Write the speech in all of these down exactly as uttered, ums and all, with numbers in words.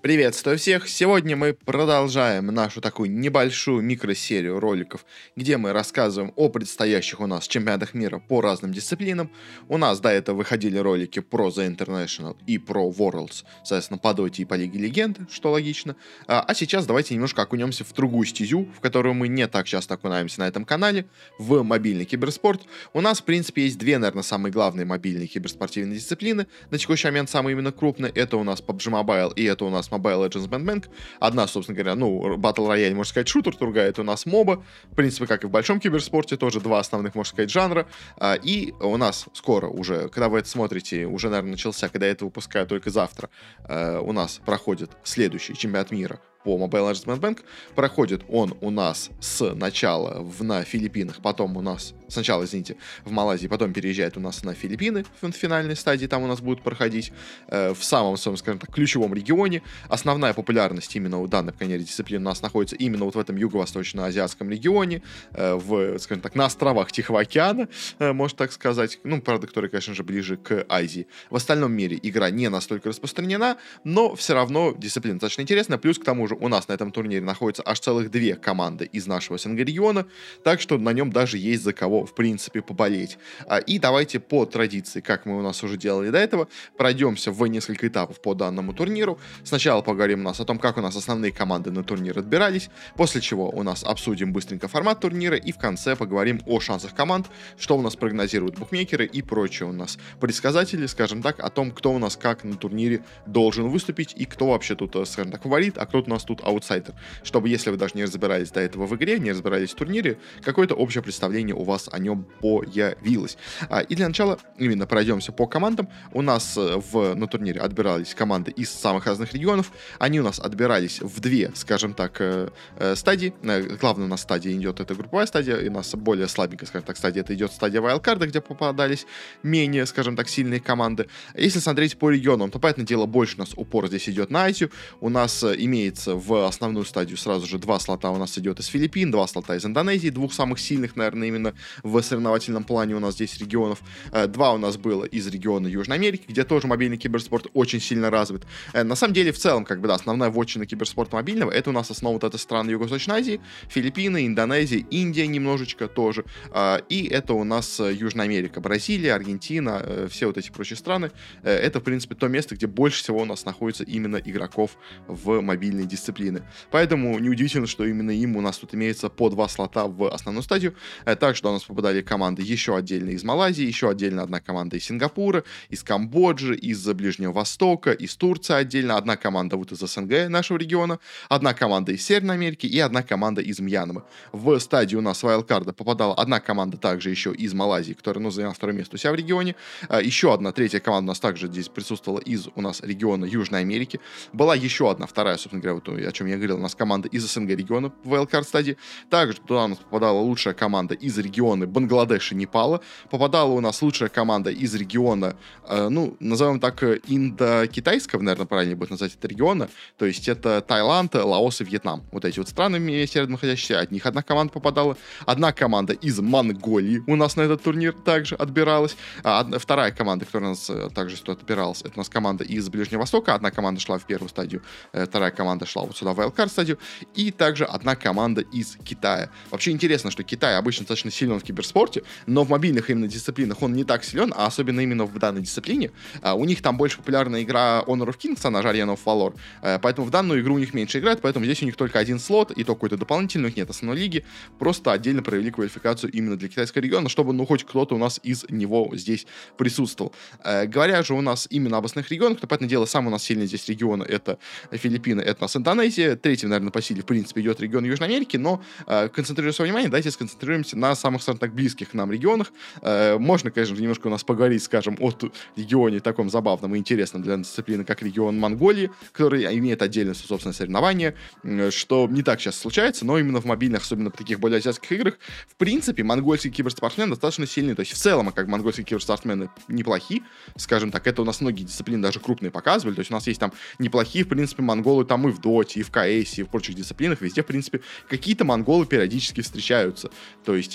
Приветствую всех! Сегодня мы продолжаем нашу такую небольшую микросерию роликов, где мы рассказываем о предстоящих у нас чемпионатах мира по разным дисциплинам. У нас до этого выходили ролики про The International и про Worlds, соответственно, по Доте и по Лиге Легенд, что логично. А, а сейчас давайте немножко окунемся в другую стезю, в которую мы не так часто окунаемся на этом канале, в мобильный киберспорт. У нас, в принципе, есть две, наверное, самые главные мобильные киберспортивные дисциплины. На текущий момент самые именно крупные. Это у нас пабг Mobile и это у нас Mobile Legends Bang Bang. Одна, собственно говоря, ну, Battle Royale, можно сказать, шутер, другая это у нас моба. В принципе, как и в большом киберспорте, тоже два основных, можно сказать, жанра. А, и у нас скоро уже, когда вы это смотрите, уже, наверное, начался, когда я это выпускаю только завтра, а, у нас проходит следующий чемпионат мира по Mobile Legends Bang Bang. Проходит он у нас с начала в, на Филиппинах, потом у нас, сначала, извините, в Малайзии, потом переезжает у нас на Филиппины в финальной стадии, там у нас будет проходить э, в самом, своем, скажем так, ключевом регионе. Основная популярность именно у данной, по крайней мере, дисциплины у нас находится именно вот в этом юго-восточно-азиатском регионе, э, в, скажем так, на островах Тихого океана, э, можно так сказать, ну, правда, который, конечно же, ближе к Азии. В остальном мире игра не настолько распространена, но все равно дисциплина достаточно интересная, плюс к тому же у нас на этом турнире находится аж целых две команды из нашего СНГ региона, так что на нем даже есть за кого, в принципе, поболеть. И давайте по традиции, как мы у нас уже делали до этого, пройдемся в несколько этапов по данному турниру. Сначала поговорим у нас о том, как у нас основные команды на турнир отбирались, после чего у нас обсудим быстренько формат турнира и в конце поговорим о шансах команд, что у нас прогнозируют букмекеры и прочие у нас предсказатели, скажем так, о том, кто у нас как на турнире должен выступить и кто вообще тут, скажем так, фаворит, а кто у нас тут аутсайдер, чтобы, если вы даже не разбирались до этого в игре, не разбирались в турнире, какое-то общее представление у вас о нем появилось. А, и для начала именно пройдемся по командам. У нас в, на турнире отбирались команды из самых разных регионов. Они у нас отбирались в две, скажем так, э, э, стадии. Главная у нас стадия идет, это групповая стадия, и у нас более слабенькая, скажем так, стадия, это идет стадия вайлдкарда, где попадались менее, скажем так, сильные команды. Если смотреть по регионам, то, понятное дело, больше у нас упор здесь идет на Азию. У нас имеется в основную стадию сразу же два слота у нас идет из Филиппин, два слота из Индонезии, двух самых сильных, наверное, именно в соревновательном плане у нас здесь регионов. Два у нас было из региона Южной Америки, где тоже мобильный киберспорт очень сильно развит. На самом деле, в целом, как бы, да, основная вотчина киберспорта мобильного, это у нас основа вот этой страны Юго-Восточной Азии, Филиппины, Индонезия, Индия немножечко тоже, и это у нас Южная Америка, Бразилия, Аргентина, все вот эти прочие страны. Это, в принципе, то место, где больше всего у нас находится именно игроков в мобильной дисциплины. Поэтому неудивительно, что именно им у нас тут имеется по два слота в основную стадию. Также у нас попадали команды еще отдельно из Малайзии, еще отдельно одна команда из Сингапура, из Камбоджи, из Ближнего Востока, из Турции отдельно, одна команда вот из СНГ нашего региона, одна команда из Северной Америки и одна команда из Мьянмы. В стадию у нас вайлдкарда попадала одна команда также еще из Малайзии, которая, ну, заняла второе место у себя в регионе. Еще одна, третья команда у нас также здесь присутствовала из у нас региона Южной Америки. Была еще одна, вторая, собственно говоря, вот, о чем я говорил, у нас команда из СНГ региона в вайлдкард стадии. Также туда у нас попадала лучшая команда из региона Бангладеш и Непала. Попадала у нас лучшая команда из региона, э, ну, назовем так, индо-китайского, наверное, правильно будет назвать это региона. То есть это Таиланд, Лаос и Вьетнам. Вот эти вот страны вместе рядом находящиеся. От них одна команда попадала. Одна команда из Монголии у нас на этот турнир также отбиралась. А одна, вторая команда, которая у нас также сюда отбиралась, это у нас команда из Ближнего Востока. Одна команда шла в первую стадию, вторая команда шла вот сюда в вайлдкард стадию, и также одна команда из Китая. Вообще интересно, что Китай обычно достаточно силен в киберспорте, но в мобильных именно дисциплинах он не так силен, а особенно именно в данной дисциплине. А, у них там больше популярна игра Honor of Kings, она же Arena of Valor, а, поэтому в данную игру у них меньше играют, поэтому здесь у них только один слот, и то какой-то дополнительный, у них нет основной лиги, просто отдельно провели квалификацию именно для китайского региона, чтобы, ну, хоть кто-то у нас из него здесь присутствовал. А, говоря же у нас именно об основных регионах, то, понятное дело, самый у нас сильный здесь регион — это Филиппины, это у нас Индонезия, третьим, наверное, по силе, в принципе, идет регион Южной Америки, но э, концентрируя свое внимание, давайте сконцентрируемся на самых, скажем так, близких нам регионах. Э, можно, конечно, немножко у нас поговорить, скажем, о регионе таком забавном и интересном для дисциплины, как регион Монголии, который имеет отдельное собственное соревнование, э, что не так часто случается, но именно в мобильных, особенно в таких более азиатских играх, в принципе, монгольские киберспортсмены достаточно сильные. То есть в целом, как монгольские киберспортсмены неплохи, скажем так, это у нас многие дисциплины даже крупные показывали, то есть у нас есть там неплохие, в принципе, монголы там и в доте, и в КС, и в прочих дисциплинах, везде, в принципе, какие-то монголы периодически встречаются. То есть, и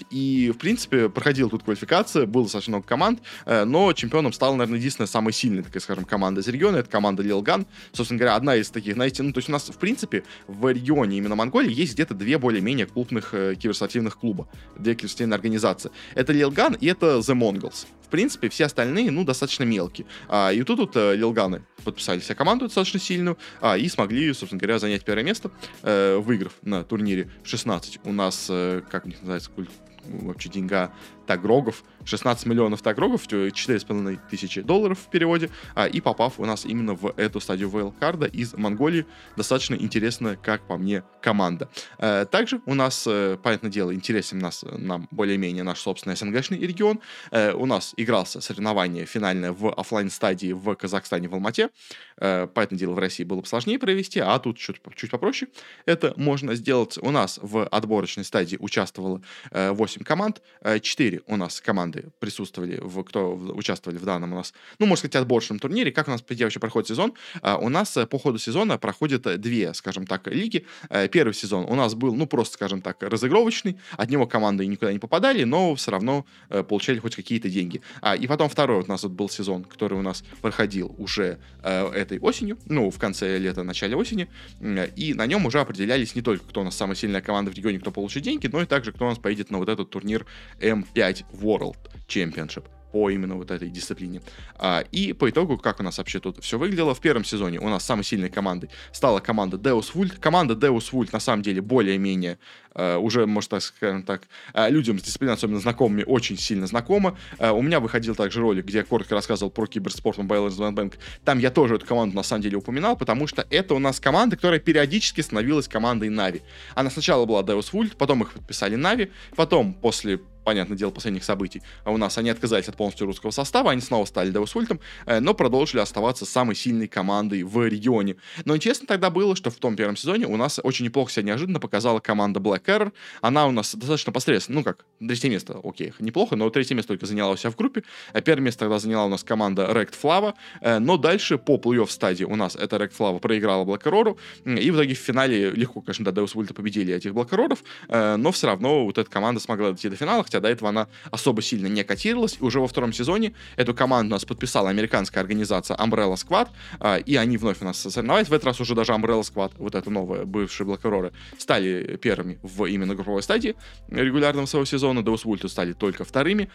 И, в принципе, проходила тут квалификация, было достаточно много команд, э, но чемпионом стала, наверное, единственная самая сильная, такая, скажем, команда из региона, это команда Лилган. Собственно говоря, одна из таких, знаете, ну, то есть у нас, в принципе, в регионе именно Монголии есть где-то две более-менее крупных э, киберспортивных клуба, две киберспортивные организации. Это Лилган и это The Mongols. В принципе, все остальные, ну, достаточно мелкие. А, и тут вот э, Лилганы подписали себе команду достаточно сильную, а, и смогли, собственно говоря, занять первое место, э, выиграв на турнире шестнадцать. У нас, э, как у них называется, сколько вообще деньга, тагрогов, шестнадцать миллионов тагрогов, четыре с половиной тысячи долларов в переводе, а, и попав у нас именно в эту стадию вайлдкарда из Монголии, достаточно интересная, как по мне, команда. А, также у нас, понятное дело, интересен нас, нам более-менее наш собственный СНГшный регион. А, у нас игрался соревнование финальное в офлайн стадии в Казахстане, в Алмате. А, понятное дело, в России было бы сложнее провести, а тут чуть, чуть попроще это можно сделать. У нас в отборочной стадии участвовало восемь команд, четыре у нас команды присутствовали, в, кто участвовали в данном у нас, ну, можно сказать, отборочном турнире. Как у нас, по идее, вообще проходит сезон? А, у нас по ходу сезона проходят две, скажем так, лиги. А, первый сезон у нас был, ну, просто, скажем так, разыгровочный. От него команды никуда не попадали, но все равно а, получали хоть какие-то деньги. А, и потом второй вот у нас вот был сезон, который у нас проходил уже а, этой осенью, ну, в конце лета, начале осени, и на нем уже определялись не только, кто у нас самая сильная команда в регионе, кто получит деньги, но и также, кто у нас поедет на вот этот турнир эм пять World Championship по именно вот этой дисциплине. А, и по итогу, как у нас вообще тут все выглядело, в первом сезоне у нас самой сильной командой стала команда Deus Vult. Команда Deus Vult на самом деле более-менее Uh, уже, может, так скажем так, uh, людям с дисциплиной, особенно знакомыми, очень сильно знакомо. Uh, у меня выходил также ролик, где я коротко рассказывал про киберспорт Mobile Legends Bank. Там я тоже эту команду на самом деле упоминал, потому что это у нас команда, которая периодически становилась командой Na'Vi. Она сначала была Deus Vult, потом их подписали Na'Vi, потом после, понятное дело, последних событий, у нас они отказались от полностью русского состава, они снова стали Deus Vult, uh, но продолжили оставаться самой сильной командой в регионе. Но интересно тогда было, что в том первом сезоне у нас очень неплохо себя неожиданно показала команда Black Error. Она у нас достаточно посредственно, ну как, третье место, окей, неплохо, но третье место только заняла у себя в группе. Первое место тогда заняла у нас команда Rect Flava, но дальше по плей-офф стадии у нас эта Rect Flava проиграла Black Error, и в итоге в финале легко, конечно, да, Deus Vult победили этих Black Error, но все равно вот эта команда смогла дойти до финала, хотя до этого она особо сильно не котировалась, и уже во втором сезоне эту команду у нас подписала американская организация Umbrella Squad, и они вновь у нас соревновались, в этот раз уже даже Umbrella Squad, вот эта новая, бывшая Black Error, стали первыми в именно групповой стадии регулярного своего сезона. Deus Vult стали только вторыми,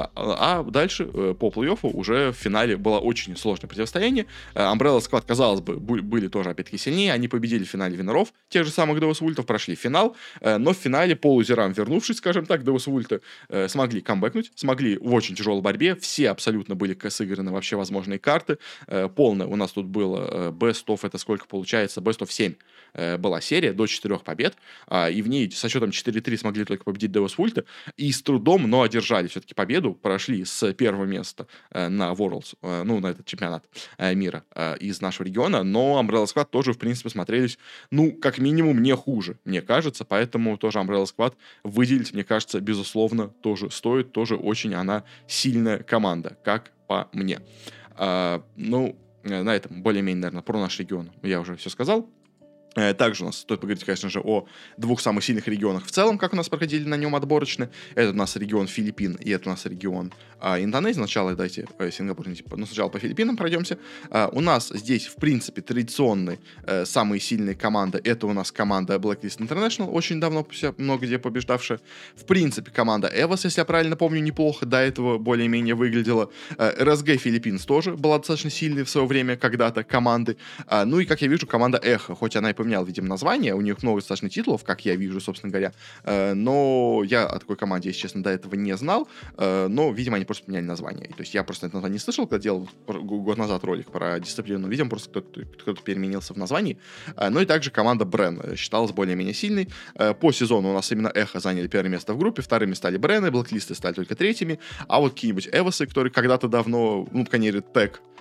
а дальше по плей-оффу уже в финале было очень сложное противостояние. Umbrella Squad, казалось бы, были тоже опять-таки сильнее, они победили в финале виноров, тех же самых Deus Vult, прошли финал, но в финале полузерам вернувшись, скажем так, Deus Vult смогли камбэкнуть, смогли в очень тяжелой борьбе, все абсолютно были сыграны вообще возможные карты, полная у нас тут было best of, это сколько получается, best of семь была серия, до четырех побед, и в ней со счетом четыре три смогли только победить Deus Vult, и с трудом, но одержали все-таки победу, прошли с первого места на Worlds, ну, на этот чемпионат мира из нашего региона, но Umbrella Squad тоже, в принципе, смотрелись, ну, как минимум, не хуже, мне кажется, поэтому тоже Umbrella Squad выделить, мне кажется, безусловно, тоже стоит, тоже очень она сильная команда, как по мне. А, ну, на этом более-менее, наверное, про наш регион я уже все сказал. Также у нас стоит поговорить, конечно же, о двух самых сильных регионах в целом, как у нас проходили на нем отборочные. Это у нас регион Филиппин и это у нас регион а, Индонезии. Сначала дайте э, Сингапур, ну сначала по Филиппинам пройдемся. А, у нас здесь, в принципе, традиционные э, самые сильные команды. Это у нас команда Blacklist International, очень давно много где побеждавшая. В принципе, команда Эвос, если я правильно помню, неплохо до этого более-менее выглядела. эр эс джи Philippines тоже была достаточно сильной в свое время когда-то команды. А, ну и, как я вижу, команда Эхо, хоть она и поменял, видимо, название, у них много достаточно титулов, как я вижу, собственно говоря, э, но я о такой команде, если честно, до этого не знал, э, но, видимо, они просто поменяли название. То есть я просто это название не слышал, когда делал год назад ролик про дисциплину, видимо, просто кто-то, кто-то переменился в названии. Э, ну и также команда Брен считалась более-менее сильной. Э, по сезону у нас именно Эхо заняли первое место в группе, вторыми стали Брены, Блэклисты стали только третьими, а вот какие-нибудь Эвосы, которые когда-то давно, ну, по крайней мере, тег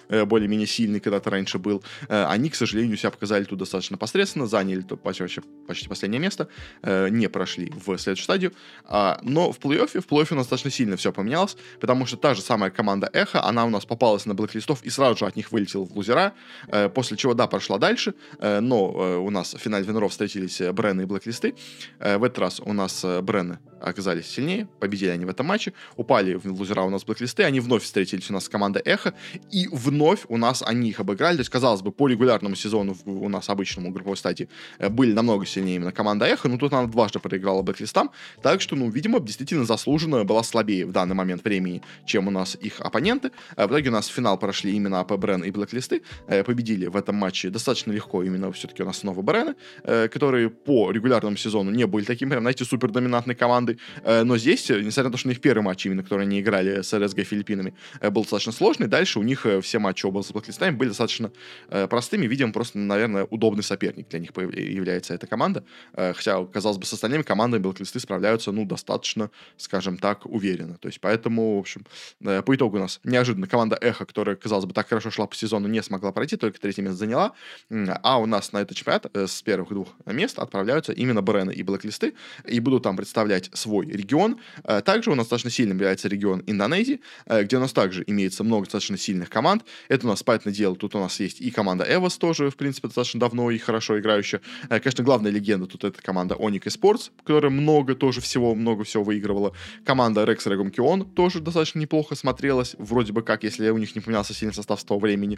э, более-менее сильный когда-то раньше был. Э, они, к сожалению, себя показали тут достаточно посредственно, заняли тут почти, почти последнее место, э, не прошли в следующую стадию. А, но в плей-оффе, в плей-оффе у нас достаточно сильно все поменялось, потому что та же самая команда Эхо, она у нас попалась на блэк-листов и сразу же от них вылетела в лузера, э, после чего, да, прошла дальше, э, но э, у нас в финале винров встретились Брены и блэк-листы. Э, в этот раз у нас э, Брены оказались сильнее, победили они в этом матче, упали в лузера у нас блэк-листы, они вновь встретились у нас с командой Эхо, и вновь у нас они их обыграли. То есть, казалось бы, по регулярному сезону у нас обычному групповой стадии были намного сильнее именно команда Эхо, но тут она дважды проиграла блэк-листам, так что, ну, видимо, действительно заслуженно была слабее в данный момент времени, чем у нас их оппоненты. В итоге у нас в финал прошли именно эй пи Брен и блэк-листы, победили в этом матче достаточно легко именно все-таки у нас снова Брены, которые по регулярному сезону не были таким, прям, знаете, супер доминантной командой, но здесь, несмотря на то, что у них первый матч именно, который они играли с эр эс джи Филиппинами, был достаточно сложный, дальше у них все матчи оба с блэк-листами были достаточно простыми, видимо, просто, наверное, удобный соперник для них является эта команда, хотя, казалось бы, с остальными командами блэк-листы справляются, ну, достаточно, скажем так, уверенно, то есть поэтому, в общем, по итогу у нас неожиданно команда Эхо, которая, казалось бы, так хорошо шла по сезону, не смогла пройти, только третье место заняла, а у нас на этот чемпионат с первых двух мест отправляются именно Брены и блэк-листы, и будут там представлять свой регион. Также у нас достаточно сильным является регион Индонезии, где у нас также имеется много достаточно сильных команд. Это у нас, понятное дело, тут у нас есть и команда Эвос тоже, в принципе, достаточно давно и хорошо играющая. Конечно, главная легенда тут это команда Onyx Esports, которая много тоже всего, много всего выигрывала. Команда Rex Regum Kion тоже достаточно неплохо смотрелась, вроде бы как, если у них не поменялся сильный состав с того времени.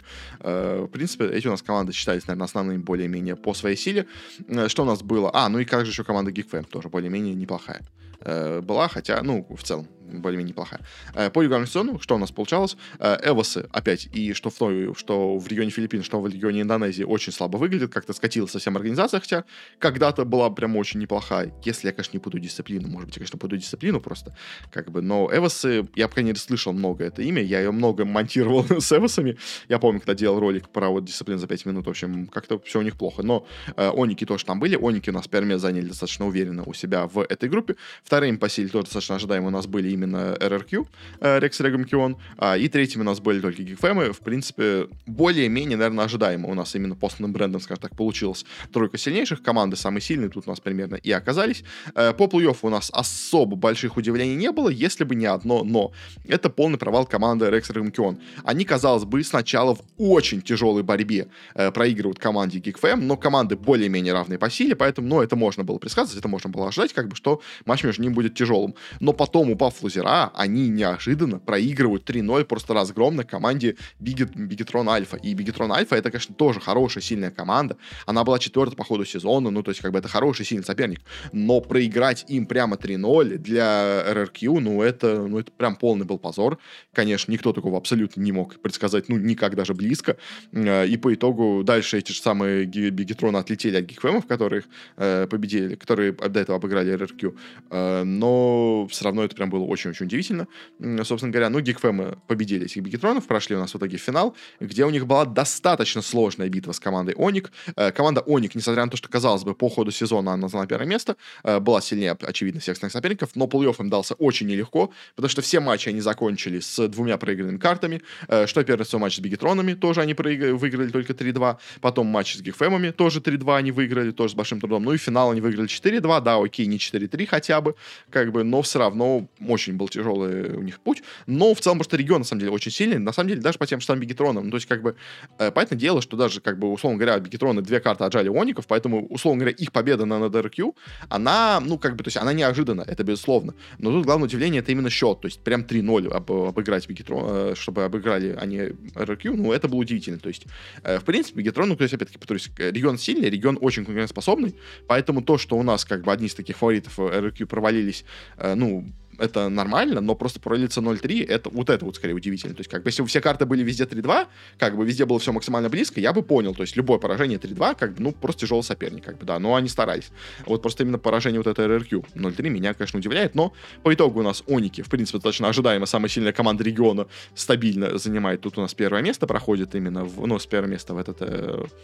В принципе, эти у нас команды считались, наверное, основными более-менее по своей силе. Что у нас было? А, ну и как же еще команда GeekFam, тоже более-менее неплохая была, хотя, ну, в целом, более-менее неплохая. По регулярному сезону, что у нас получалось? Эвосы опять, и что в, той, что в регионе Филиппин, что в регионе Индонезии, очень слабо выглядит, как-то скатилась совсем организация, хотя когда-то была прям очень неплохая. Если я, конечно, не буду дисциплину, может быть, я, конечно, буду дисциплину просто, как бы, но Эвосы, я, по крайней мере, слышал много это имя, я ее много монтировал с Эвосами, я помню, когда делал ролик про вот дисциплину за пять минут, в общем, как-то все у них плохо, но э, Оники тоже там были, Оники у нас первое место заняли достаточно уверенно у себя в этой группе, вторыми по силе тоже достаточно ожидаемо у нас были именно эр эр кью, э, Rex Regum Kion, а, и третьими у нас были только GeekFam, в принципе, более-менее, наверное, ожидаемо у нас именно по основным брендам, скажем так, получилось тройка сильнейших, команды самые сильные тут у нас примерно и оказались. Э, по плей-оффу у нас особо больших удивлений не было, если бы не одно но. Это полный провал команды Rex Regum Kion. Они, казалось бы, сначала в очень тяжелой борьбе э, проигрывают команде GeekFam, но команды более-менее равные по силе, поэтому, ну, это можно было предсказывать, это можно было ожидать, как бы, что матч между ними будет тяжелым. Но потом, упав в лузера, они неожиданно проигрывают три ноль просто разгромно команде Bigetron Alpha. И Bigetron Alpha это, конечно, тоже хорошая, сильная команда. Она была четвертой по ходу сезона, ну, то есть, как бы, это хороший, сильный соперник. Но проиграть им прямо три ноль для эр эр кью, ну, это, ну, это прям полный был позор. Конечно, никто такого абсолютно не мог предсказать, ну, никак даже близко. И по итогу дальше эти же самые Bigetron отлетели от GeekFam, которых э, победили, которые до этого обыграли эр эр кью. Э, но все равно это прям было очень-очень удивительно. Собственно говоря, ну, GeekFam победили этих Бигетронов, прошли у нас в итоге в финал, где у них была достаточно сложная битва с командой Оник. Команда Оник, несмотря на то, что, казалось бы, по ходу сезона она заняла первое место, была сильнее, очевидно, всех остальных соперников, но плей-офф им дался очень нелегко, потому что все матчи они закончили с двумя проигранными картами, что первый свой матч с Бигетронами, тоже они проиграли, выиграли только три два, потом матч с GeekFam'ами, тоже три два они выиграли, тоже с большим трудом, ну и финал они выиграли четыре два, да, окей, не четыре три хотя бы, как бы, но все равно очень был тяжелый у них путь, но в целом, потому что регион, на самом деле, очень сильный, на самом деле, даже по тем же самым Бигетронам, ну, то есть, как бы, э, понятное дело, что даже, как бы, условно говоря, Бигетроны две карты отжали у Оников, поэтому, условно говоря, их победа на эр эр кью, она, ну, как бы, то есть, она неожиданна, это безусловно, но тут главное удивление, это именно счет, то есть, прям три ноль об, обыграть Бигетрон, э, чтобы обыграли они эр эр кью, ну, это было удивительно, то есть, э, в принципе, Бигетрон, ну, то есть, опять-таки, то есть, регион сильный, регион очень конкурентоспособный, поэтому то, что у нас, как бы, одни из таких фаворитов эр эр кью провалились, э, ну, это нормально, но просто пролиться ноль три, это вот это вот скорее удивительно. То есть, как бы, если бы все карты были везде три два, как бы везде было все максимально близко, я бы понял. То есть, любое поражение три два, как бы, ну, просто тяжелый соперник, как бы, да, но они старались. Вот просто именно поражение вот этой эр эр кью ноль три меня, конечно, удивляет, но по итогу у нас Оники, в принципе, достаточно ожидаемо, самая сильная команда региона стабильно занимает. Тут у нас первое место проходит именно, в, ну, с первого места в этот... Э,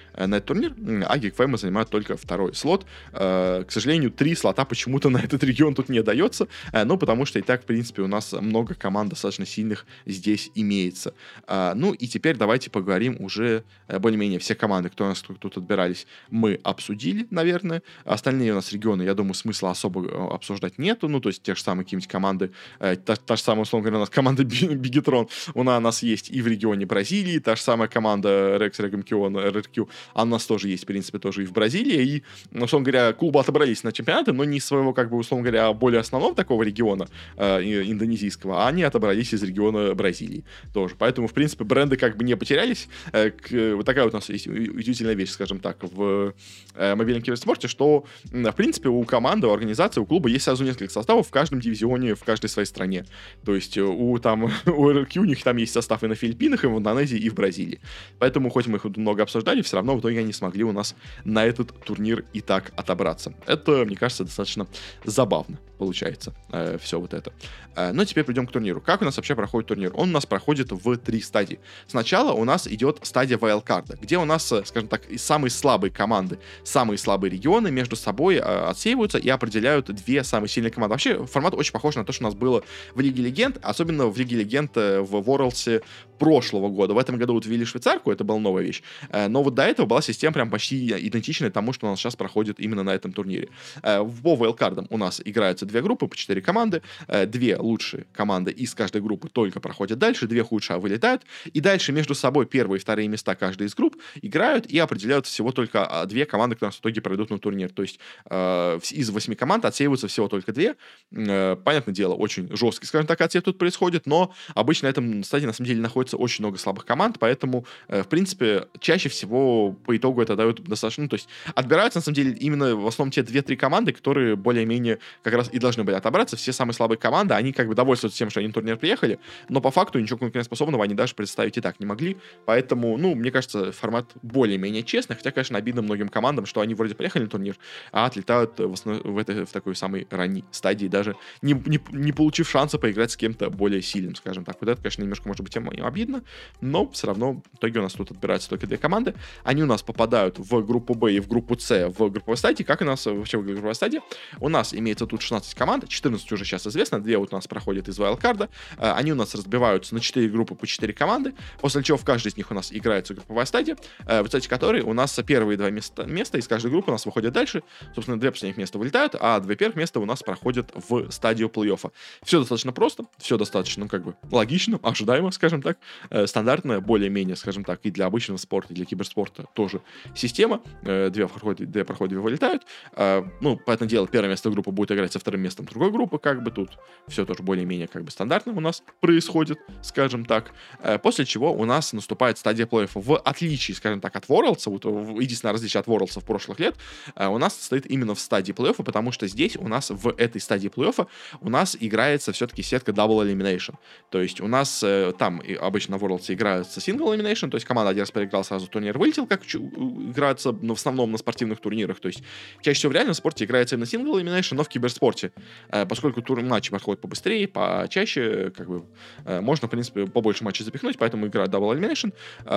э, на этот турнир, а Geekfam занимают только второй слот. Э, к сожалению, три слота почему-то на этот регион тут не дается, э, ну, потому что и так, в принципе, у нас много команд достаточно сильных здесь имеется. Э, ну, и теперь давайте поговорим уже э, более-менее все команды, кто у нас тут отбирались, мы обсудили, наверное. Остальные у нас регионы, я думаю, смысла особо э, обсуждать нету, ну, то есть те же самые какие-нибудь команды, э, та, та же самая, условно говоря, у нас команда Бигетрон, у нас есть и в регионе Бразилии, та же самая команда Rex Regamkion, эр эр кью, она у нас тоже есть, в принципе, тоже и в Бразилии, и, условно говоря, клубы отобрались на чемпионаты, но не из своего, как бы, условно говоря, более основного такого региона э, индонезийского, а они отобрались из региона Бразилии тоже. Поэтому, в принципе, бренды как бы не потерялись. Э, к, вот такая вот у нас есть удивительная вещь, скажем так, в э, мобильном киберспорте, что, в принципе, у команды, у организации, у клуба есть сразу несколько составов в каждом дивизионе, в каждой своей стране. То есть у, там, у эр эр кью у них там есть состав и на Филиппинах, и в Индонезии, и в Бразилии. Поэтому, хоть мы их много обсуждали, все равно в итоге они смогли у нас на этот турнир и так отобраться. Это, мне кажется, достаточно забавно получается э, все вот это. Э, но теперь придем к турниру. Как у нас вообще проходит турнир? Он у нас проходит в три стадии. Сначала у нас идет стадия вайлдкарда, где у нас, скажем так, самые слабые команды, самые слабые регионы между собой э, отсеиваются и определяют две самые сильные команды. Вообще формат очень похож на то, что у нас было в Лиге Легенд, особенно в Лиге Легенд э, в Worlds прошлого года. В этом году вот ввели швейцарку, это была новая вещь. Э, но вот до этого была система прям почти идентичная тому, что у нас сейчас проходит именно на этом турнире. Э, по вайлдкардам у нас играются две группы по четыре команды. Э, две лучшие команды из каждой группы только проходят дальше, две худшие вылетают. И дальше между собой первые и вторые места каждой из групп играют и определяют всего только две команды, которые у нас в итоге пройдут на турнир. То есть э, из восьми команд отсеиваются всего только две. Э, понятное дело, очень жесткий, скажем так, отсев тут происходит, но обычно на этом стадии на самом деле находится очень много слабых команд, поэтому, э, в принципе, чаще всего по итогу это дает достаточно... Ну, то есть отбираются, на самом деле, именно в основном те две-три команды, которые более-менее как раз и должны были отобраться. Все самые слабые команды, они как бы довольствуются тем, что они на турнир приехали, но по факту ничего конкурентоспособного они даже представить и так не могли, поэтому, ну, мне кажется, формат более-менее честный, хотя, конечно, обидно многим командам, что они вроде приехали на турнир, а отлетают в, основ... в, этой, в такой самой ранней стадии, даже не, не, не получив шанса поиграть с кем-то более сильным, скажем так. Вот это, конечно, немножко может быть им обидно, но все равно в итоге у нас тут отбираются только две команды. Они у нас попадают в группу Б и в группу С в групповой стадии. Как у нас вообще в групповой стадии? У нас имеется тут шестнадцать команд, четырнадцать уже сейчас известно, две вот у нас проходят из вайлдкарда. Они у нас разбиваются на четыре группы по четыре команды, после чего в каждой из них у нас играется групповая стадия, в стадии которой у нас первые два места, места из каждой группы у нас выходят дальше. Собственно, две последних места вылетают, а две первых места у нас проходят в стадию плей-оффа. Все достаточно просто, все достаточно, ну, как бы, логично, ожидаемо, скажем так, стандартная, более-менее, скажем так, и для обычного спорта, и для киберспорта тоже система. Две проходят, две проходят, две вылетают. Ну, поэтому дело, первое место группы будет играть со вторым местом другой группы, как бы тут все тоже более-менее, как бы, стандартно у нас происходит, скажем так. После чего у нас наступает стадия плей-оффа. В отличие, скажем так, от Worlds, вот единственное различие от Worlds прошлых лет, у нас стоит именно в стадии плей-оффа, потому что здесь у нас в этой стадии плей-оффа у нас играется все-таки сетка Double Elimination. То есть у нас э, там обычно в Worlds играется Single Elimination, то есть команда один раз проиграла, сразу турнир вылетел, как играется в основном на спортивных турнирах. То есть чаще всего в реальном спорте играется именно Single Elimination, но в киберспорте, э, поскольку тур матчи проходят побыстрее, почаще, как бы, э, можно, в принципе, побольше матчей запихнуть, поэтому играют Double Elimination.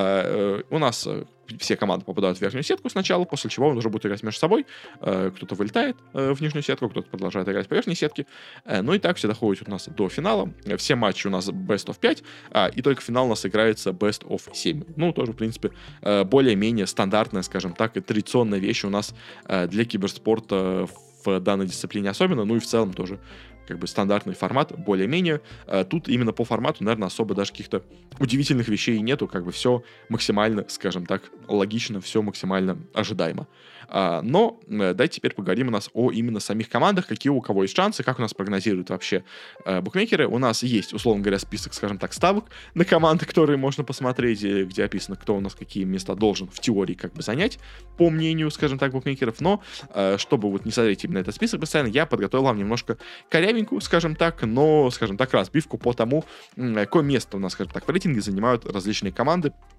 Э, э, у нас э, все команды попадают в верхнюю сетку сначала, после чего он уже будет играть между собой. Э, кто-то вылетает э, в нижнюю сетку, кто-то продолжает играть по верхней сетке. Э, ну и так все доходит у нас до финала. Все матчи у нас Best of пять, а, и только финал у нас играется Best of семь. Ну, тоже, в принципе, э, более-менее стандартная, скажем так, и традиционная вещь у нас э, для киберспорта в данной дисциплине особенно, ну и в целом тоже как бы стандартный формат, более-менее. Тут именно по формату, наверное, особо даже каких-то удивительных вещей нету, как бы все максимально, скажем так, логично, все максимально ожидаемо. Но давайте теперь поговорим у нас о именно самих командах, какие у кого есть шансы, как у нас прогнозируют вообще букмекеры. У нас есть, условно говоря, список, скажем так, ставок на команды, которые можно посмотреть, где описано, кто у нас какие места должен в теории как бы занять, по мнению, скажем так, букмекеров. Но чтобы вот не смотреть именно этот список постоянно, я подготовил вам немножко корявенькую, скажем так, но, скажем так, разбивку по тому, какое место у нас, скажем так, в рейтинге занимают различные команды.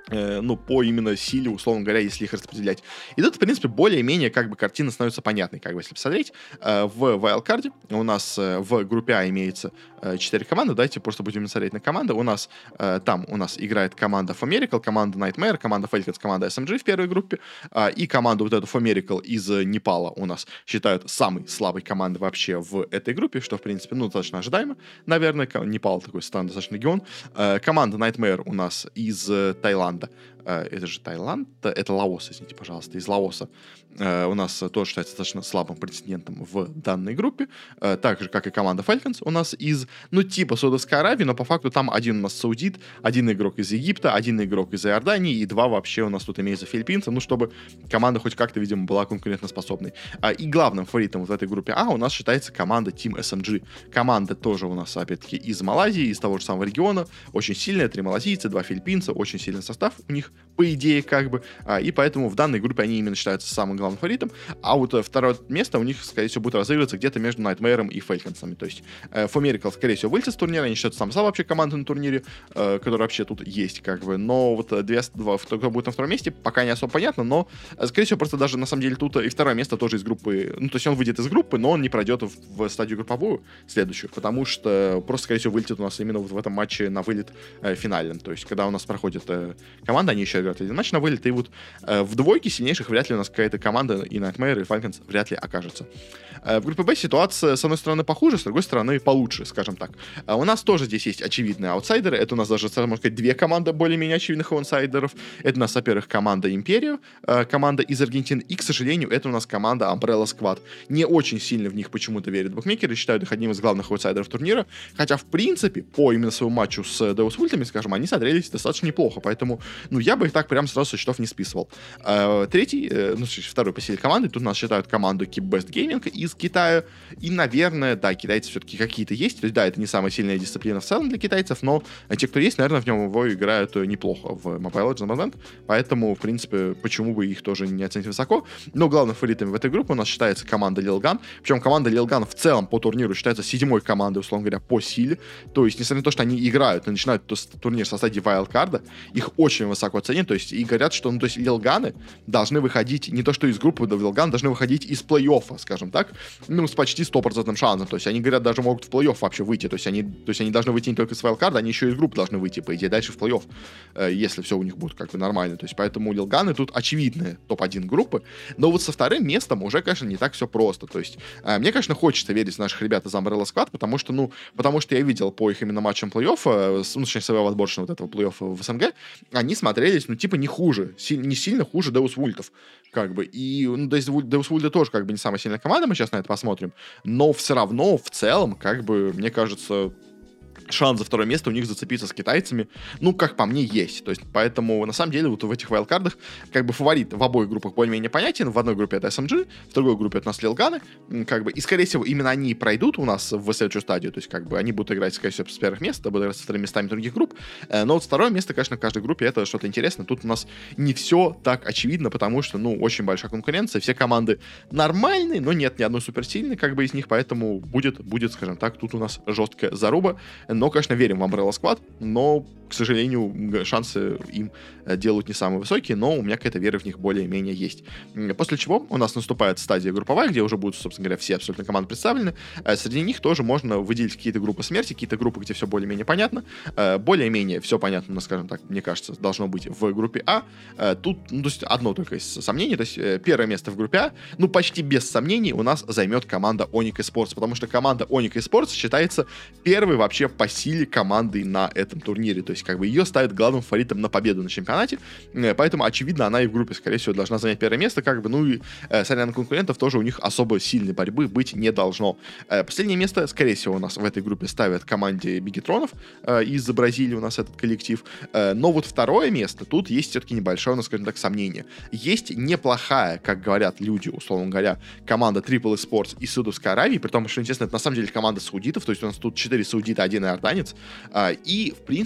э, ну, по именно силе, условно говоря, если их распределять. И тут, в принципе, более-менее, как бы, картина становится понятной, как бы, если посмотреть. Э, в Wildcard у нас э, в группе А имеется четыре команды, давайте просто будем смотреть на команды. У нас э, там у нас играет команда For Miracle, команда Nightmare, команда Falcons, команда эс эм джи в первой группе, э, и команду вот эту For Miracle из Непала у нас считают самой слабой командой вообще в этой группе, что, в принципе, ну, достаточно ожидаемо, наверное. Непал такой странный достаточно регион. Э, команда Nightmare у нас из э, Таиланда. Э, это же Таиланд? Это Лаос, извините, пожалуйста, из Лаоса. Э, у нас тоже считается достаточно слабым претендентом в данной группе. Э, так же, как и команда Falcons у нас из, ну, типа Саудовской Аравии, но по факту там один у нас саудит, один игрок из Египта, один игрок из Иордании, и два вообще у нас тут имеются филиппинцы, ну, чтобы команда хоть как-то, видимо, была конкурентоспособной. А, и главным фаворитом в этой группе А у нас считается команда Team эс эм джи. Команда тоже у нас, опять-таки, из Малайзии, из того же самого региона, очень сильная, три малазийца, два филиппинца, очень сильный состав у них, по идее, как бы, а, и поэтому в данной группе они именно считаются самым главным фаворитом, а вот а, второе место у них, скорее всего, будет разыгрываться где-то между Nightmare и Falcons'ами, то есть э, For Miracle, скорее всего, вылетит с турнира, они считаются самой слабой вообще командой на турнире, э, которая вообще тут есть, как бы, но вот две, два, кто будет на втором месте, пока не особо понятно, но, э, скорее всего, просто даже, на самом деле, тут и второе место тоже из группы, ну, то есть он выйдет из группы, но он не пройдет в, в стадию групповую следующую, потому что просто, скорее всего, вылетит у нас именно вот в этом матче на вылет э, финальном, то есть когда у нас проходит э, команда, они еще играют один матч на вылет, и вот э, в двойке сильнейших вряд ли у нас какая-то команда, и Nightmare, и Falcons вряд ли окажется. Э, в группе Б ситуация, с одной стороны, похуже, с другой стороны, получше, скажем так. Э, у нас тоже здесь есть очевидные аутсайдеры, это у нас даже, можно сказать, две команды более-менее очевидных аутсайдеров. Это у нас, во-первых, команда Империя, э, команда из Аргентины, и, к сожалению, это у нас команда Umbrella Squad. Не очень сильно в них почему-то верят букмекеры, считают их одним из главных аутсайдеров турнира, хотя, в принципе, по именно своему матчу с Deus Vult'ами, скажем, они смотрелись достаточно неплохо, поэтому, ну, я бы их так прям сразу со счетов не списывал. Э, третий, э, ну, второй по силе команды, тут у нас считают команду Keep Best Gaming из Китая, и, наверное, да, китайцы все-таки какие-то есть, то есть, да, это не самая сильная дисциплина в целом для китайцев, но те, кто есть, наверное, в нем его играют неплохо в Mobile Legends на момент, поэтому, в принципе, почему бы их тоже не оценить высоко. Но главным фаворитом в этой группе у нас считается команда Lil Gun, причем команда Lil Gun в целом по турниру считается седьмой командой, условно говоря, по силе, то есть, несмотря на то, что они играют и начинают турнир со стадии Wildcard, их очень высоко ценят, то есть, и говорят, что, ну, то есть, Lil Gun должны выходить, не то что из группы, да, Lil Gun должны выходить из плей-оффа, скажем так, ну, с почти стопроцентным шансом, то есть, они, говорят, даже могут в плей-офф вообще выйти, то есть, они, то есть, они должны выйти не только из Wildcard, они еще и из группы должны выйти, по идее, дальше в плей-офф, э, если все у них будет как бы нормально, то есть, поэтому Lil Gun тут очевидные топ один группы, но вот со вторым местом уже, конечно, не так все просто, то есть, э, мне, конечно, хочется верить в наших ребят из Umbrella Squad, потому что, ну, потому что я видел по их именно матчам плей-оффа, ну, точнее, своего отборочного вот этого плей-оффа в СНГ, они смотрелись, ну, типа, не хуже, си- не сильно хуже Deus Vult'ов, как бы, и, ну, Deus Vult'ы тоже, как бы, не самая сильная команда, мы сейчас на это посмотрим, но все равно, в целом, как бы, мне кажется, шанс за второе место у них зацепиться с китайцами, ну, как по мне, есть. То есть, поэтому, на самом деле, вот в этих вайлдкардах, как бы, фаворит в обоих группах более-менее понятен. В одной группе это эс эм джи, в другой группе это у нас Lil Gun, как бы, и, скорее всего, именно они пройдут у нас в следующую стадию, то есть, как бы, они будут играть, скорее всего, с первых мест, будут играть со вторыми местами других групп, но вот второе место, конечно, в каждой группе это что-то интересное. Тут у нас не все так очевидно, потому что, ну, очень большая конкуренция, все команды нормальные, но нет ни одной суперсильной, как бы, из них, поэтому будет, будет, скажем так, тут у нас жесткая заруба. Но, конечно, верим в Umbrella Squad, но, к сожалению, шансы им делают не самые высокие, но у меня какая-то вера в них более-менее есть. После чего у нас наступает стадия групповая, где уже будут, собственно говоря, все абсолютно команды представлены. Среди них тоже можно выделить какие-то группы смерти, какие-то группы, где все более-менее понятно. Более-менее все понятно, но, скажем так, мне кажется, должно быть в группе А. Тут, ну, то есть, одно только из сомнений, то есть, первое место в группе А, ну, почти без сомнений у нас займет команда Onyx Esports, потому что команда Onyx Esports считается первой вообще по силе командой на этом турнире, то есть, как бы, ее ставят главным фаворитом на победу на чемпионате, поэтому, очевидно, она и в группе, скорее всего, должна занять первое место, как бы, ну, и э, смотря на конкурентов, тоже у них особо сильной борьбы быть не должно. Э, последнее место, скорее всего, у нас в этой группе ставят команде Бигетронов э, из Бразилии, у нас этот коллектив, э, но вот второе место, тут есть все-таки небольшое, ну, скажем так, сомнение. Есть неплохая, как говорят люди, условно говоря, команда Triple Esports из Саудовской Аравии, при том, что, естественно, это на самом деле команда саудитов, то есть у нас тут четыре саудита, один иорданец, э, и, в принципе, есть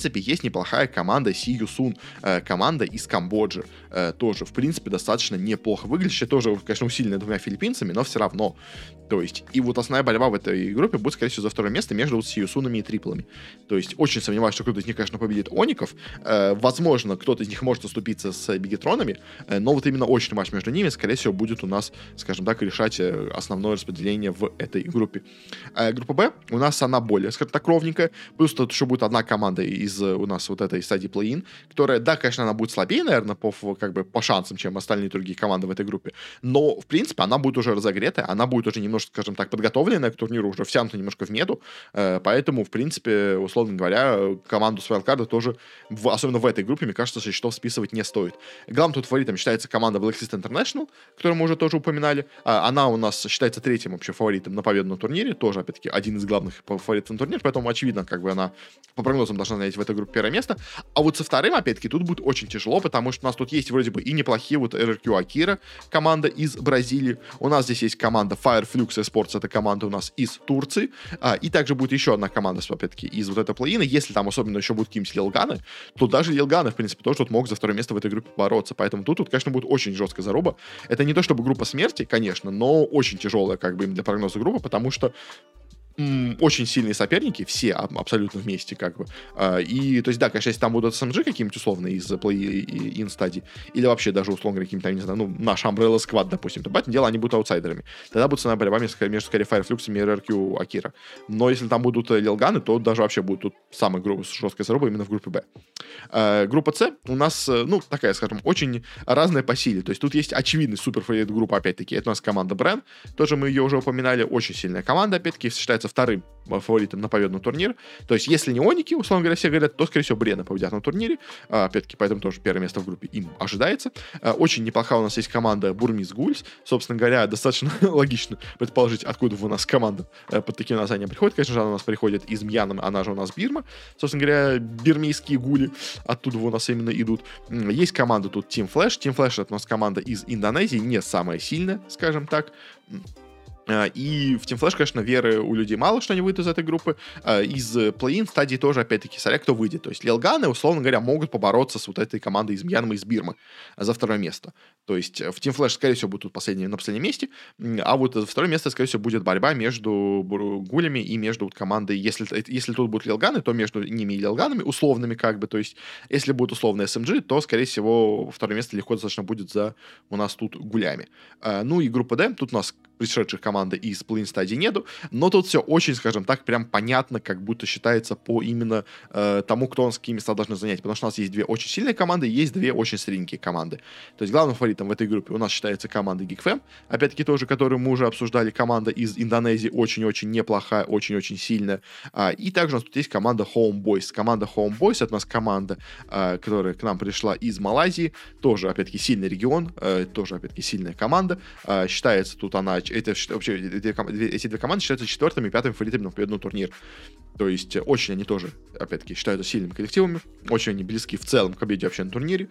есть неплохая команда See You Soon, э, команда из Камбоджи, э, тоже, в принципе, достаточно неплохо выглядящая, тоже, конечно, усиленная двумя филиппинцами, но все равно. То есть, и вот основная борьба в этой группе будет, скорее всего, за второе место между вот See You Soon'ами и Триплами. То есть, очень сомневаюсь, что кто-то из них, конечно, победит Оников. Э, возможно, кто-то из них может уступиться с Бигетронами, э, но вот именно очный матч между ними, скорее всего, будет у нас, скажем так, решать э, основное распределение в этой группе. Э, группа Б у нас она более, скажем так, ровненькая. Плюс тут еще будет одна команда из у нас вот этой стадии плей-ин, которая, да, конечно, она будет слабее, наверное, по, как бы, по шансам, чем остальные другие команды в этой группе, но, в принципе, она будет уже разогретая, она будет уже немножко, скажем так, подготовленная к турниру, уже втянута немножко в мету, э, поэтому, в принципе, условно говоря, команду с вайлдкарда тоже, в, особенно в этой группе, мне кажется, со счетов списывать не стоит. Главным тут фаворитом считается команда Black System International, которую мы уже тоже упоминали. А, она у нас считается третьим вообще фаворитом на победу на турнире, тоже, опять-таки, один из главных фаворитов на турнире, поэтому, очевидно, как бы она по прогнозам должна занять в этой группе первое место. А вот со вторым, опять-таки, тут будет очень тяжело, потому что у нас тут есть вроде бы и неплохие вот эр эр кью Akira, команда из Бразилии. У нас здесь есть команда Fire Flux Esports, это команда у нас из Турции. А, и также будет еще одна команда, опять-таки, из вот этой плей-ина. Если там особенно еще будут какие-нибудь Лилганы, то даже Лилганы, в принципе, тоже вот могут за второе место в этой группе бороться. Поэтому тут, тут, конечно, будет очень жесткая заруба. Это не то чтобы группа смерти, конечно, но очень тяжелая, как бы, для прогноза группа, потому что очень сильные соперники, все абсолютно вместе, как бы. И, то есть, да, конечно, если там будут эс эм джи какие-нибудь условные из play-in стадии, или вообще даже, условно, каким-то, не знаю, ну, наш Umbrella Squad, допустим, то, понятное дело, они будут аутсайдерами. Тогда будет цена борьба между, между скорее Fireflux и эр эр кью Akira. Но если там будут Лилганы, то даже вообще будет тут самая жесткая заруба именно в группе Б. Группа С у нас, ну, такая, скажем, очень разная по силе. То есть, тут есть очевидный суперфаворит группы, опять-таки, это у нас команда Брен, тоже мы ее уже упоминали, очень сильная команда, опять-таки, считается вторым фаворитом на победу на турнир. То есть, если не Оники, условно говоря, все говорят, то, скорее всего, Брена победят на турнире. А, опять-таки, поэтому тоже первое место в группе им ожидается. А, очень неплохая у нас есть команда Бурмис Гульс. Собственно говоря, достаточно логично предположить, откуда у нас команда а, под таким названием приходит. Конечно же, она у нас приходит из Мьянмы, она же у нас Бирма. Собственно говоря, бирмийские гули оттуда у нас именно идут. Есть команда тут Team Flash. Team Flash — это у нас команда из Индонезии, не самая сильная, скажем так. И в Team Flash, конечно, веры у людей мало, что они выйдут из этой группы. Из плей-ин стадии тоже, опять-таки, смотря кто выйдет. То есть Лилганы, условно говоря, могут побороться с вот этой командой из Мьянмы, из Бирмы за второе место. То есть в Team Flash, скорее всего, будут последние, на последнем месте. А вот за второе место, скорее всего, будет борьба между гулями и между вот командой. Если, если тут будут Лилганы, то между ними и Лилганами, условными как бы. То есть если будут условные эс эм джи, то, скорее всего, второе место легко достаточно будет за у нас тут гулями. Ну и группа Д, тут у нас пришедших команды из плей-ин стадии нету, но тут все очень, скажем так, прям понятно, как будто считается по именно э, тому, кто у нас какие места должны занять, потому что у нас есть две очень сильные команды и есть две очень средненькие команды. То есть главным фаворитом в этой группе у нас считается команда GeekFam, опять-таки тоже, которую мы уже обсуждали, команда из Индонезии очень-очень неплохая, очень-очень сильная. А, и также у нас тут есть команда Homeboys. Команда Homeboys — это у нас команда, а, которая к нам пришла из Малайзии, тоже, опять-таки, сильный регион, а, тоже, опять-таки, сильная команда. А, считается тут она это вообще эти две команды считаются четвертыми и пятыми фаворитами на победу на турнир. То есть очень они тоже, опять-таки, считаются сильными коллективами, очень они близки в целом к победе вообще на турнире,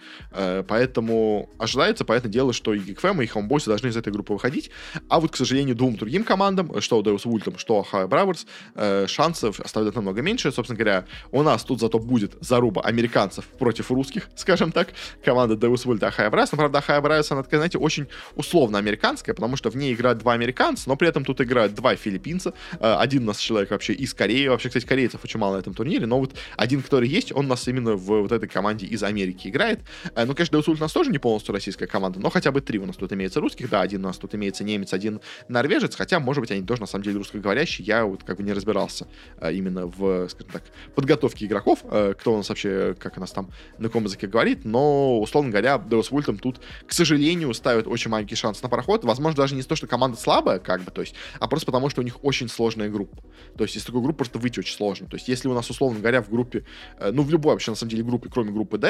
поэтому ожидается, понятное дело, что и GeekFam, и Homeboys должны из этой группы выходить, а вот, к сожалению, двум другим командам, что Deus Vult, что Ohio Bravers, шансов оставляют намного меньше. Собственно говоря, у нас тут зато будет заруба американцев против русских, скажем так, команда Deus Vult и Ohio Bravers, но, правда, Ohio Bravers, она такая, знаете, очень условно американская, потому что в ней играют два американца, но при этом тут играют два филиппинца, один у нас человек вообще из Кореи, вообще, кстати, корейцев очень мало на этом турнире, но вот один, который есть, он у нас именно в вот этой команде из Америки играет. Ну, конечно, Deus Vult у нас тоже не полностью российская команда, но хотя бы три у нас тут имеется русских, да, один у нас тут имеется немец, один норвежец, хотя, может быть, они тоже, на самом деле, русскоговорящие, я вот как бы не разбирался именно в, скажем так, подготовке игроков, кто у нас вообще, как у нас там, на каком языке говорит, но, условно говоря, Deus Vult тут, к сожалению, ставят очень маленький шанс на проход, возможно, даже не то, что команда слабая, как бы, то есть, а просто потому, что у них очень сложная группа. То есть из такой группы просто выйти очень сложно. То есть если у нас, условно говоря, в группе, э, ну, в любой вообще, на самом деле, группе, кроме группы D,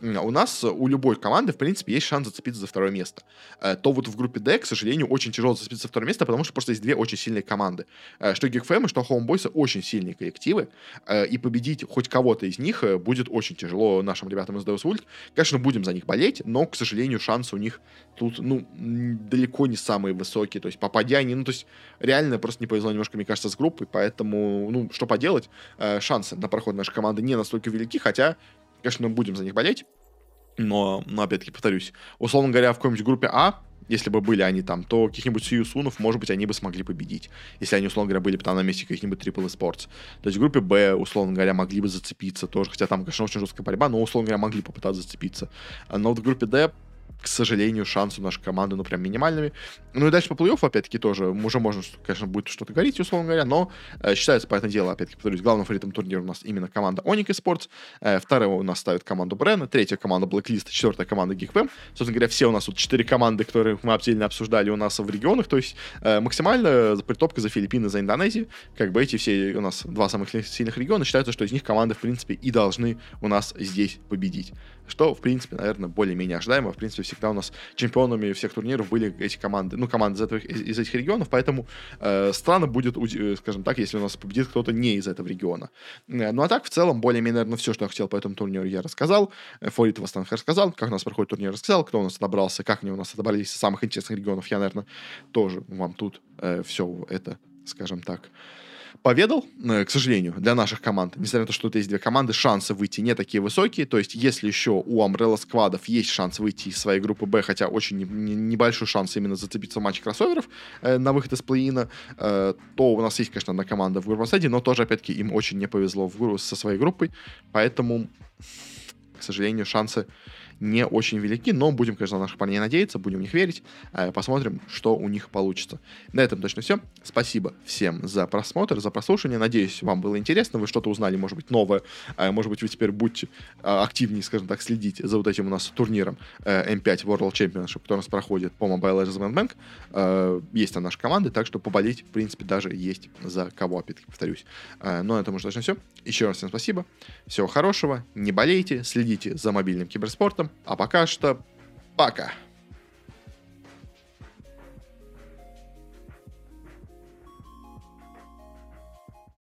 у нас, у любой команды, в принципе, есть шанс зацепиться за второе место. Э, то вот в группе D, к сожалению, очень тяжело зацепиться за второе место, потому что просто есть две очень сильные команды. Э, что GeekFam, что Homeboys очень сильные коллективы, э, и победить хоть кого-то из них э, будет очень тяжело нашим ребятам из Deus Vult. Конечно, будем за них болеть, но, к сожалению, шансы у них тут, ну, далеко не самые высокие. То есть, попадя они, ну, то есть, реально просто не повезло немножко, мне кажется, с группой, поэтому, ну, что поделать, э, шансы на проход нашей команды не настолько велики, хотя, конечно, мы будем за них болеть. Но, но опять-таки, повторюсь, условно говоря, в какой-нибудь группе А, если бы были они там, то каких-нибудь Сиюсунов, может быть, они бы смогли победить. Если они, условно говоря, были бы там на месте каких-нибудь Triple Esports. То есть в группе Б, условно говоря, могли бы зацепиться тоже. Хотя там, конечно, очень жесткая борьба, но, условно говоря, могли попытаться зацепиться. Но вот в группе Д, к сожалению, шансы у нашей команды, ну, прям минимальными. Ну и дальше по плей-оффу, опять-таки, тоже уже можно, конечно, будет что-то говорить, условно говоря, но э, считается, по этому делу, опять-таки, повторюсь, главным фаворитом турнира у нас именно команда Onyx Esports, э, вторая у нас ставит команду Брена, третья команда Blacklist, четвертая команда GeekFam. Собственно говоря, все у нас вот четыре команды, которые мы отдельно обсуждали у нас в регионах, то есть э, максимально притопка за Филиппины, за Индонезию, как бы эти все у нас два самых сильных региона, считается, что из них команды, в принципе, и должны у нас здесь победить. Что, в принципе, наверное, более-менее ожидаемо. В принципе, всегда у нас чемпионами всех турниров были эти команды, ну, команды из, этого, из, из этих регионов, поэтому э, странно будет, скажем так, если у нас победит кто-то не из этого региона. Э, ну, а так, в целом, более-менее, наверное, все, что я хотел по этому турниру, я рассказал. Фаворит в основном рассказал, как у нас проходит турнир, рассказал, кто у нас отобрался, как они у нас отобрались из самых интересных регионов, я, наверное, тоже вам тут э, все это, скажем так, поведал. К сожалению, для наших команд, несмотря на то, что тут есть две команды, шансы выйти не такие высокие. То есть, если еще у Umbrella сквадов есть шанс выйти из своей группы Б, хотя очень не, не, небольшой шанс именно зацепиться в матче кроссоверов э, на выход из плей-ина, э, то у нас есть, конечно, одна команда в группе стадии, но тоже, опять-таки, им очень не повезло в группу со своей группой. Поэтому, к сожалению, шансы не очень велики, но будем, конечно, на наших парней надеяться, будем в них верить, посмотрим, что у них получится. На этом точно все. Спасибо всем за просмотр, за прослушивание. Надеюсь, вам было интересно, вы что-то узнали, может быть, новое, может быть, вы теперь будете активнее, скажем так, следить за вот этим у нас турниром эм пять World Championship, который у нас проходит по Mobile Legends Bank. Есть там наши команды, так что поболеть, в принципе, даже есть за кого, опять-таки, повторюсь. Но на этом уже точно все. Еще раз всем спасибо. Всего хорошего, не болейте, следите за мобильным киберспортом. А пока что пока.